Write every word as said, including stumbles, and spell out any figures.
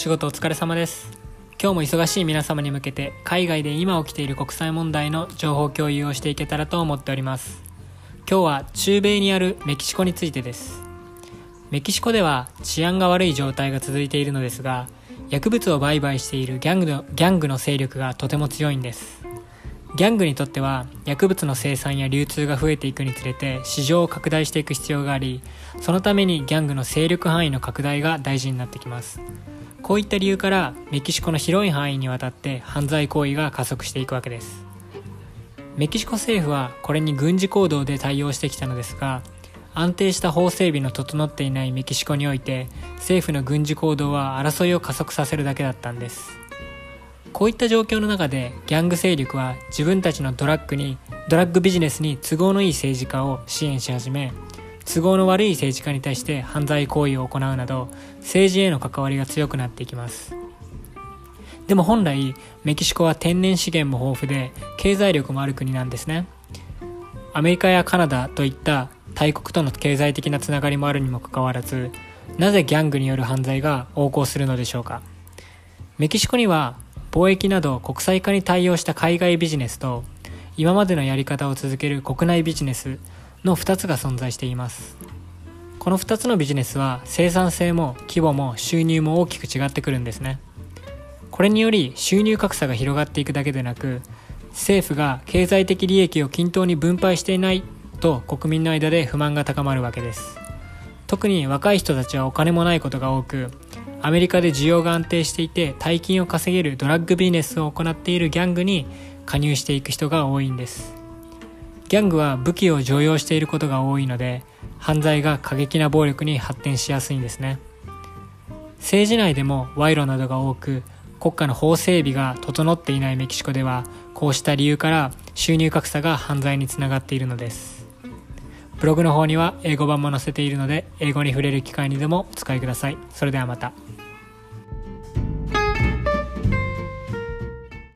仕事お疲れ様です。今日も忙しい皆様に向けて海外で今起きている国際問題の情報共有をしていけたらと思っております。今日は中米にあるメキシコについてです。メキシコでは治安が悪い状態が続いているのですが、薬物を売買しているギャングの、ギャングの勢力がとても強いんです。ギャングにとっては薬物の生産や流通が増えていくにつれて市場を拡大していく必要があり、そのためにギャングの勢力範囲の拡大が大事になってきます。こういった理由からメキシコの広い範囲にわたって犯罪行為が加速していくわけです。メキシコ政府はこれに軍事行動で対応してきたのですが、安定した法整備の整っていないメキシコにおいて政府の軍事行動は争いを加速させるだけだったんです。こういった状況の中でギャング勢力は自分たちのドラッグにドラッグビジネスに都合のいい政治家を支援し始め、都合の悪い政治家に対して犯罪行為を行うなど政治への関わりが強くなっていきます。でも本来メキシコは天然資源も豊富で経済力もある国なんですね。アメリカやカナダといった大国との経済的なつながりもあるにもかかわらず、なぜギャングによる犯罪が横行するのでしょうか。メキシコには貿易など国際化に対応した海外ビジネスと今までのやり方を続ける国内ビジネスのふたつが存在しています。このふたつのビジネスは生産性も規模も収入も大きく違ってくるんですね。これにより収入格差が広がっていくだけでなく、政府が経済的利益を均等に分配していないと国民の間で不満が高まるわけです。特に若い人たちはお金もないことが多く、アメリカで需要が安定していて大金を稼げるドラッグビジネスを行っているギャングに加入していく人が多いんです。ギャングは武器を常用していることが多いので、犯罪が過激な暴力に発展しやすいんですね。政治内でも賄賂などが多く、国家の法整備が整っていないメキシコでは、こうした理由から収入格差が犯罪につながっているのです。ブログの方には英語版も載せているので、英語に触れる機会にでもお使いください。それではまた。